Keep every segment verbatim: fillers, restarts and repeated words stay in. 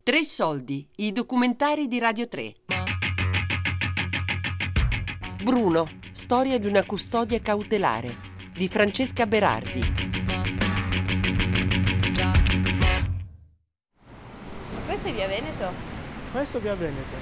Tre soldi, i documentari di Radio tre. Bruno, storia di una custodia cautelare, di Francesca Berardi. Questo è Via Veneto? Questo è Via Veneto.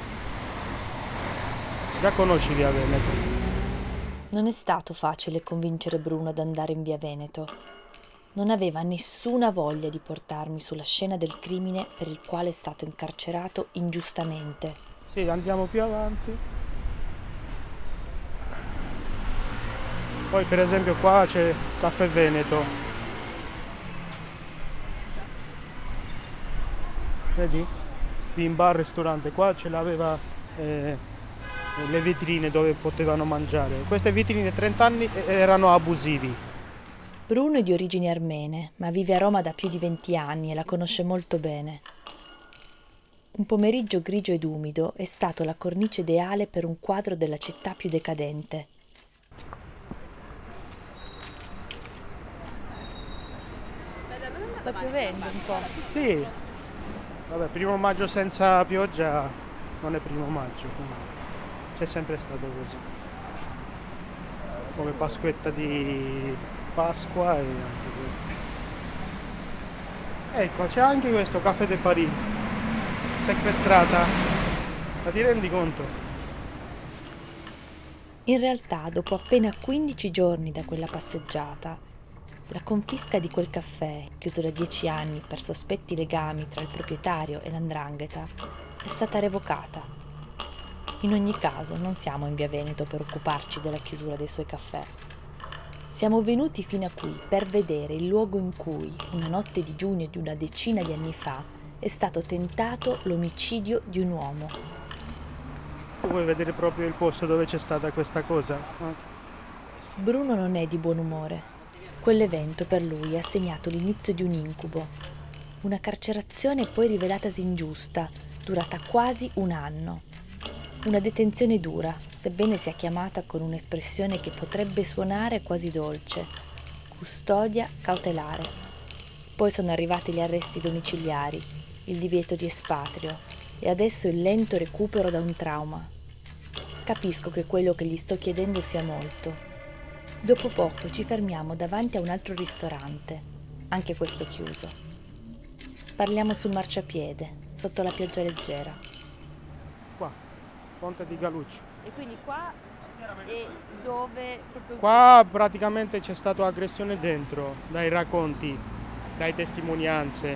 Già conosci Via Veneto? Non è stato facile convincere Bruno ad andare in Via Veneto. Non aveva nessuna voglia di portarmi sulla scena del crimine per il quale è stato incarcerato ingiustamente. Sì, andiamo più avanti. Poi per esempio qua c'è Caffè Veneto. Vedi? Qui in bar, ristorante, qua ce l'aveva eh, le vetrine dove potevano mangiare. Queste vetrine trenta anni erano abusivi. Bruno è di origini armene, ma vive a Roma da più di venti anni e la conosce molto bene. Un pomeriggio grigio ed umido è stato la cornice ideale per un quadro della città più decadente. Sta piovendo un po'. Sì, vabbè, primo maggio senza pioggia non è primo maggio, quindi c'è sempre stato così. Come Pasquetta di Pasqua e anche questo. Ecco, c'è anche questo Café de Paris, sequestrata. Ma ti rendi conto? In realtà, dopo appena quindici giorni da quella passeggiata, la confisca di quel caffè, chiuso da dieci anni per sospetti legami tra il proprietario e l'andrangheta, è stata revocata. In ogni caso, non siamo in Via Veneto per occuparci della chiusura dei suoi caffè. Siamo venuti fino a qui per vedere il luogo in cui, una notte di giugno di una decina di anni fa, è stato tentato l'omicidio di un uomo. Tu vuoi vedere proprio il posto dove c'è stata questa cosa? Eh? Bruno non è di buon umore. Quell'evento per lui ha segnato l'inizio di un incubo. Una carcerazione poi rivelatasi ingiusta, durata quasi un anno. Una detenzione dura, sebbene sia chiamata con un'espressione che potrebbe suonare quasi dolce. Custodia cautelare. Poi sono arrivati gli arresti domiciliari, il divieto di espatrio e adesso il lento recupero da un trauma. Capisco che quello che gli sto chiedendo sia molto. Dopo poco ci fermiamo davanti a un altro ristorante, anche questo chiuso. Parliamo sul marciapiede, sotto la pioggia leggera. Qua, Ponte di Galucci. E quindi qua è dove proprio... Qua praticamente c'è stata aggressione dentro, dai racconti, dai testimonianze.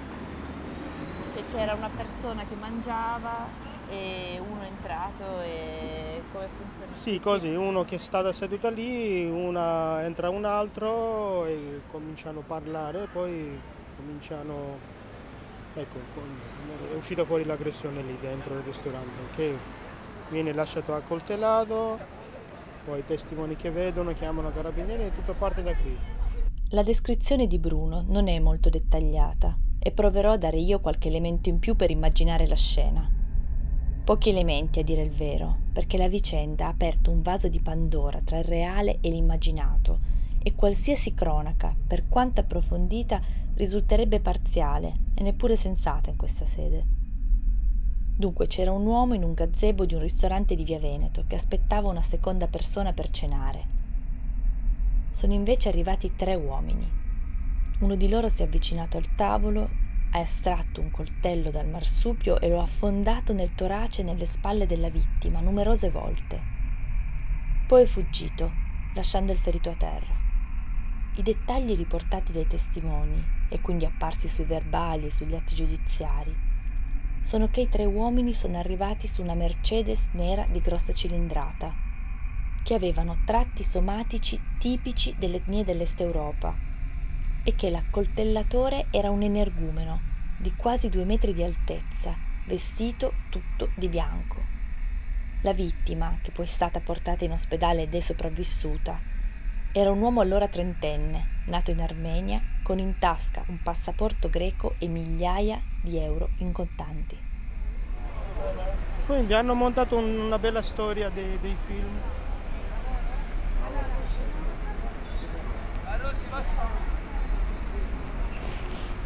Che c'era una persona che mangiava e uno è entrato e come funziona? Sì, così, uno che è stato seduto lì, una, entra un altro e cominciano a parlare, poi cominciano, ecco, è uscita fuori l'aggressione lì dentro il ristorante, che viene lasciato accoltellato, poi i testimoni che vedono chiamano i carabinieri e tutto parte da qui. La descrizione di Bruno non è molto dettagliata e proverò a dare io qualche elemento in più per immaginare la scena. Pochi elementi, a dire il vero, perché la vicenda ha aperto un vaso di Pandora tra il reale e l'immaginato e qualsiasi cronaca, per quanto approfondita, risulterebbe parziale e neppure sensata in questa sede. Dunque c'era un uomo in un gazebo di un ristorante di Via Veneto che aspettava una seconda persona per cenare. Sono invece arrivati tre uomini. Uno di loro si è avvicinato al tavolo, ha estratto un coltello dal marsupio e lo ha affondato nel torace e nelle spalle della vittima numerose volte. Poi è fuggito, lasciando il ferito a terra. I dettagli riportati dai testimoni, e quindi apparsi sui verbali e sugli atti giudiziari, sono che i tre uomini sono arrivati su una Mercedes nera di grossa cilindrata, che avevano tratti somatici tipici delle etnie dell'Est Europa e che l'accoltellatore era un energumeno di quasi due metri di altezza, vestito tutto di bianco. La vittima, che poi è stata portata in ospedale ed è sopravvissuta, era un uomo allora trentenne, nato in Armenia, con in tasca un passaporto greco e migliaia di euro in contanti. Quindi hanno montato una bella storia dei, dei film.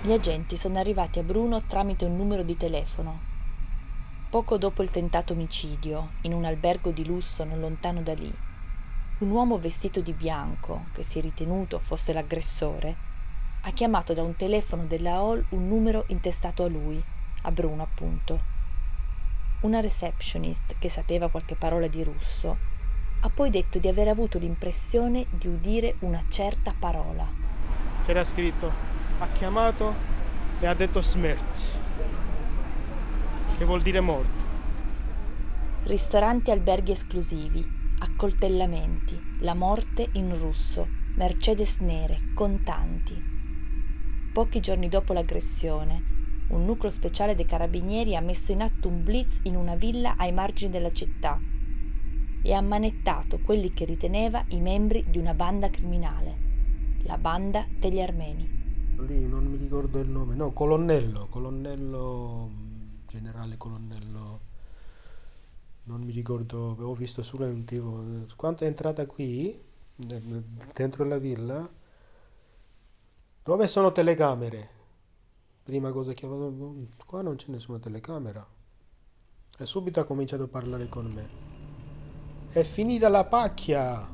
Gli agenti sono arrivati a Bruno tramite un numero di telefono. Poco dopo il tentato omicidio, in un albergo di lusso non lontano da lì, un uomo vestito di bianco, che si è ritenuto fosse l'aggressore, ha chiamato da un telefono della Hall un numero intestato a lui, a Bruno appunto. Una receptionist, che sapeva qualche parola di russo, ha poi detto di aver avuto l'impressione di udire una certa parola. C'era scritto, ha chiamato e ha detto smrtь, che vuol dire morto. Ristoranti e alberghi esclusivi, accoltellamenti, la morte in russo, Mercedes nere, contanti. Pochi giorni dopo l'aggressione, un nucleo speciale dei carabinieri ha messo in atto un blitz in una villa ai margini della città e ha ammanettato quelli che riteneva i membri di una banda criminale, la banda degli armeni. Lì non mi ricordo il nome, no, colonnello, colonnello, generale colonnello, non mi ricordo, avevo visto solo un tipo, quando è entrata qui, dentro la villa, dove sono telecamere? Prima cosa che avevo, qua non c'è nessuna telecamera. E subito ha cominciato a parlare con me. È finita la pacchia!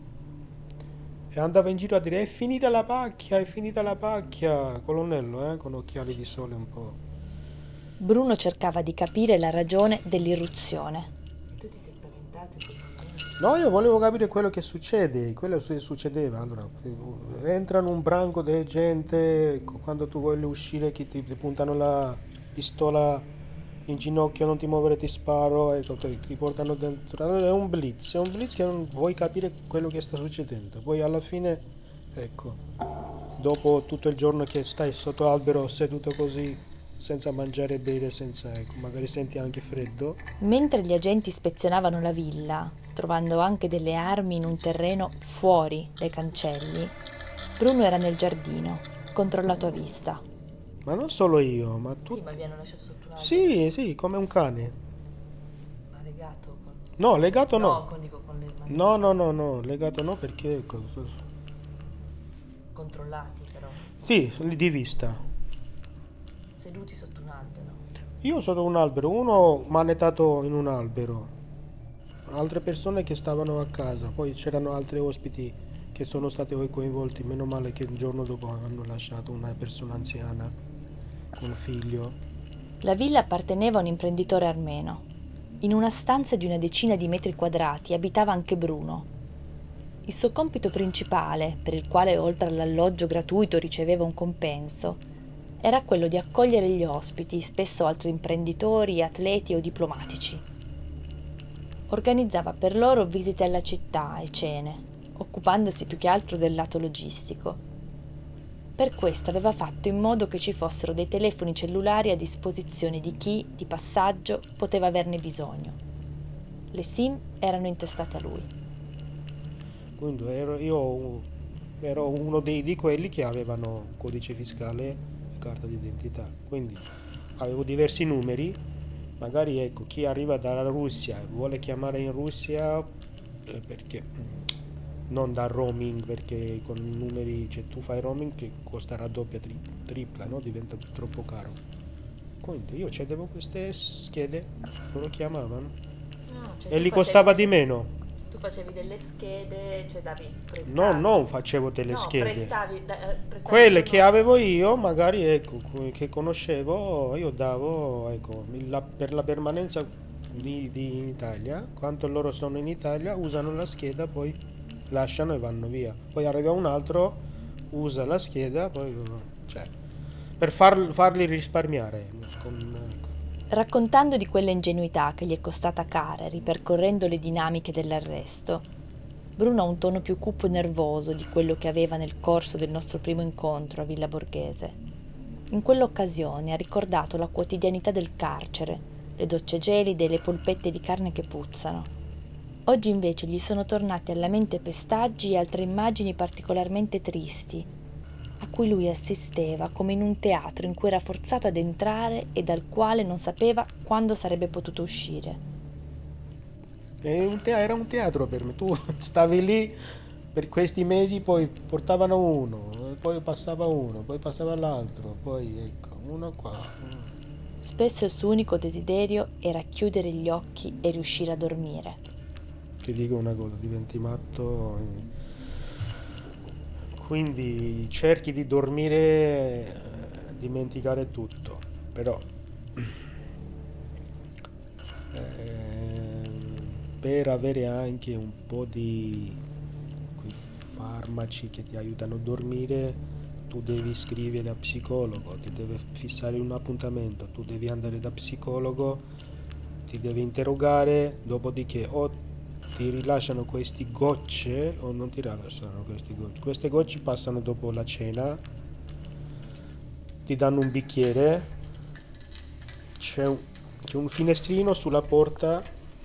E andava in giro a dire, è finita la pacchia, è finita la pacchia! Colonnello, eh, con occhiali di sole un po'. Bruno cercava di capire la ragione dell'irruzione. Tu ti sei spaventato? No, io volevo capire quello che succede, quello che succedeva. Allora, entrano un branco di gente, quando tu vuoi uscire, che ti, ti puntano la pistola in ginocchio, non ti muovere, ti sparo, ecco, ti, ti portano dentro. Allora, è un blitz, è un blitz che non vuoi capire quello che sta succedendo. Poi alla fine, ecco, dopo tutto il giorno che stai sotto albero seduto così, senza mangiare e bere, senza, ecco, magari senti anche freddo. Mentre gli agenti ispezionavano la villa, trovando anche delle armi in un terreno fuori dai cancelli, Bruno era nel giardino, controllato a vista. Ma non solo io, ma Sì, tutti. ma vi hanno lasciato sotto un albero. Sì, sì, come un cane. Ma legato con... No, legato no. No, con, dico, con le mani No, no, no, no, legato no perché ecco, controllati però. sì, di vista. Seduti sotto un albero. Io sotto un albero, uno manettato in un albero, altre persone che stavano a casa, poi c'erano altri ospiti che sono stati poi coinvolti, meno male che il giorno dopo hanno lasciato una persona anziana con un figlio. La villa apparteneva a un imprenditore armeno. In una stanza di una decina di metri quadrati abitava anche Bruno. Il suo compito principale, per il quale oltre all'alloggio gratuito riceveva un compenso, era quello di accogliere gli ospiti, spesso altri imprenditori, atleti o diplomatici. Organizzava per loro visite alla città e cene, occupandosi più che altro del lato logistico. Per questo aveva fatto in modo che ci fossero dei telefoni cellulari a disposizione di chi, di passaggio, poteva averne bisogno. Le SIM erano intestate a lui. Quindi ero, io ero uno dei, di quelli che avevano codice fiscale e carta d'identità. Quindi avevo diversi numeri, magari ecco, chi arriva dalla Russia e vuole chiamare in Russia, eh, perché non da roaming, perché con i numeri, cioè tu fai roaming che costa raddoppia, tri, tripla, no? Diventa troppo caro. Quindi io cedevo queste schede, loro chiamavano No, cioè e tu li costava facevi- di meno. Tu facevi delle schede, cioè davi, prestavi. No, non facevo delle No, schede. prestavi, da- eh, prestavi Quelle tu che no. avevo io, magari ecco, que- che conoscevo, io davo, ecco, il- la- per la permanenza di, di in Italia, quanto loro sono in Italia, usano la scheda, poi lasciano e vanno via. Poi arriva un altro, usa la scheda, poi, cioè, per far- farli risparmiare. Con, ecco. Raccontando di quella ingenuità che gli è costata cara ripercorrendo le dinamiche dell'arresto, Bruno ha un tono più cupo e nervoso di quello che aveva nel corso del nostro primo incontro a Villa Borghese. In quell'occasione ha ricordato la quotidianità del carcere, le docce gelide e le polpette di carne che puzzano. Oggi invece gli sono tornati alla mente pestaggi e altre immagini particolarmente tristi, a cui lui assisteva come in un teatro in cui era forzato ad entrare e dal quale non sapeva quando sarebbe potuto uscire. È un te- era un teatro per me, tu stavi lì per questi mesi poi portavano uno, poi passava uno, poi passava l'altro, poi ecco, uno qua. Spesso il suo unico desiderio era chiudere gli occhi e riuscire a dormire. Ti dico una cosa, diventi matto, eh, quindi cerchi di dormire, eh, dimenticare tutto, però ehm, per avere anche un po' di quei farmaci che ti aiutano a dormire, tu devi scrivere a psicologo, ti deve fissare un appuntamento, tu devi andare da psicologo, ti deve interrogare, dopodiché o ti rilasciano questi gocce o non ti rilasciano questi gocce. Queste gocce passano dopo la cena, ti danno un bicchiere, c'è un, c'è un finestrino sulla porta,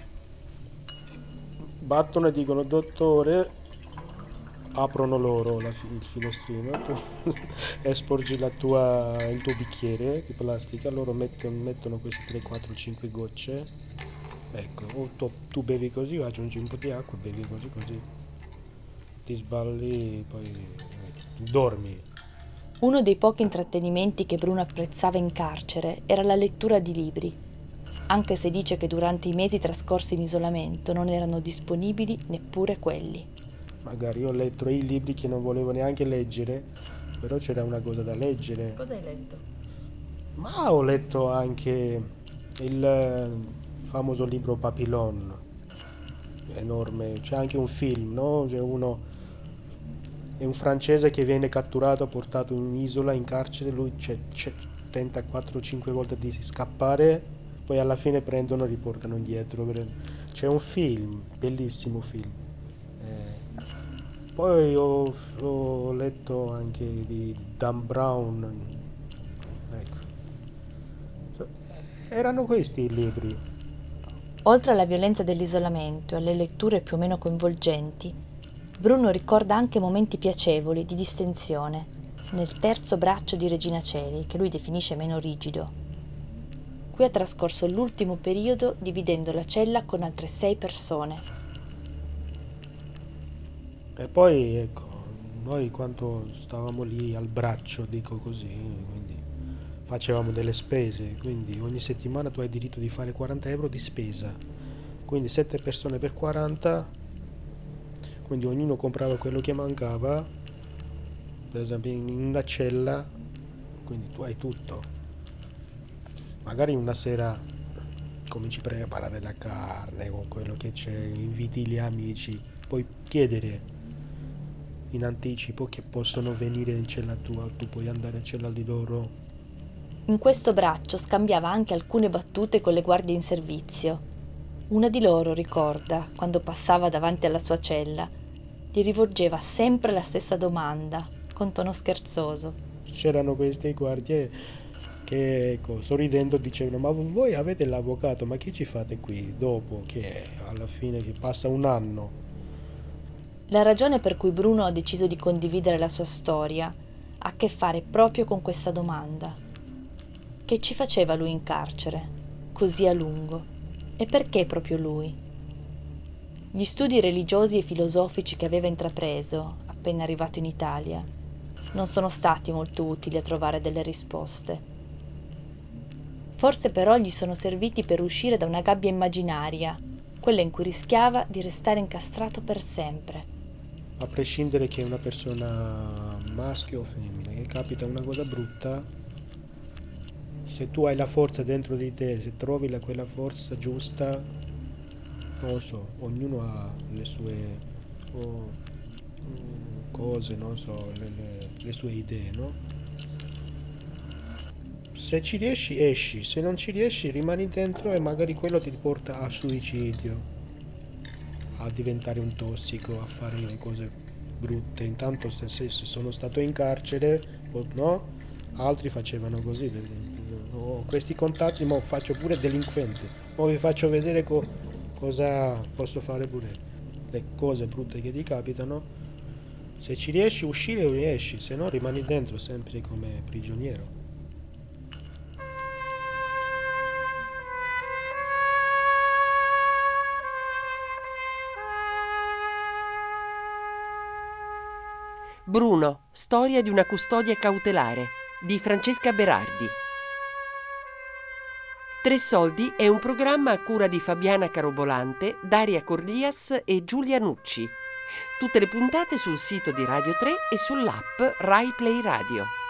battono e dicono dottore, aprono loro la fi- il finestrino, tu esporgi la tua, il tuo bicchiere di plastica, loro mettono, mettono queste tre, quattro, cinque gocce, ecco, o tu, tu bevi così o aggiungi un po' di acqua, bevi così così, ti sballi, poi eh, dormi. Uno dei pochi intrattenimenti che Bruno apprezzava in carcere era la lettura di libri, anche se dice che durante i mesi trascorsi in isolamento non erano disponibili neppure quelli. Magari ho letto i libri che non volevo neanche leggere, però c'era una cosa da leggere. Cosa hai letto? Ma ho letto anche il eh, famoso libro Papillon, enorme, c'è anche un film, no? C'è uno, è un francese che viene catturato, portato in un'isola, in carcere, lui c'è- c'è- tenta quattro cinque volte di scappare, poi alla fine prendono e riportano indietro. C'è un film, bellissimo film. Eh, Poi ho, ho letto anche di Dan Brown, ecco. So- Erano questi i libri. Oltre alla violenza dell'isolamento e alle letture più o meno coinvolgenti, Bruno ricorda anche momenti piacevoli di distensione nel terzo braccio di Regina Coeli, che lui definisce meno rigido. Qui ha trascorso l'ultimo periodo dividendo la cella con altre sei persone. E poi, ecco, noi quando stavamo lì al braccio, dico così, quindi facevamo delle spese, quindi ogni settimana tu hai diritto di fare quaranta euro di spesa, quindi sette persone per quaranta, quindi ognuno comprava quello che mancava, per esempio in una cella, quindi tu hai tutto. Magari una sera cominci a preparare la carne con quello che c'è, inviti gli amici, puoi chiedere in anticipo che possono venire in cella tua, tu puoi andare in cella di loro. In questo braccio scambiava anche alcune battute con le guardie in servizio. Una di loro, ricorda, quando passava davanti alla sua cella, gli rivolgeva sempre la stessa domanda, con tono scherzoso. C'erano queste guardie che, ecco, sorridendo dicevano: ma voi avete l'avvocato, ma che ci fate qui dopo che alla fine che passa un anno? La ragione per cui Bruno ha deciso di condividere la sua storia ha a che fare proprio con questa domanda. Che ci faceva lui in carcere, così a lungo? E perché proprio lui? Gli studi religiosi e filosofici che aveva intrapreso, appena arrivato in Italia, non sono stati molto utili a trovare delle risposte. Forse però gli sono serviti per uscire da una gabbia immaginaria, quella in cui rischiava di restare incastrato per sempre. A prescindere che una persona maschio o femmina, che capita una cosa brutta, se tu hai la forza dentro di te, se trovi la, quella forza giusta, non lo so, ognuno ha le sue oh, mm, cose, non so, le, le- le sue idee, no? Se ci riesci, esci, se non ci riesci, rimani dentro e magari quello ti porta a suicidio, a diventare un tossico, a fare le cose brutte. Intanto se, se- se sono stato in carcere, o no, altri facevano così, per esempio. Ho questi contatti, ma faccio pure delinquente, o vi faccio vedere co- cosa posso fare pure, le cose brutte che ti capitano. Se ci riesci a uscire, riesci, se no rimani dentro sempre come prigioniero. Bruno, storia di una custodia cautelare di Francesca Berardi. Tre Soldi è un programma a cura di Fabiana Carobolante, Daria Corlias e Giulia Nucci. Tutte le puntate sul sito di Radio tre e sull'app Rai Play Radio.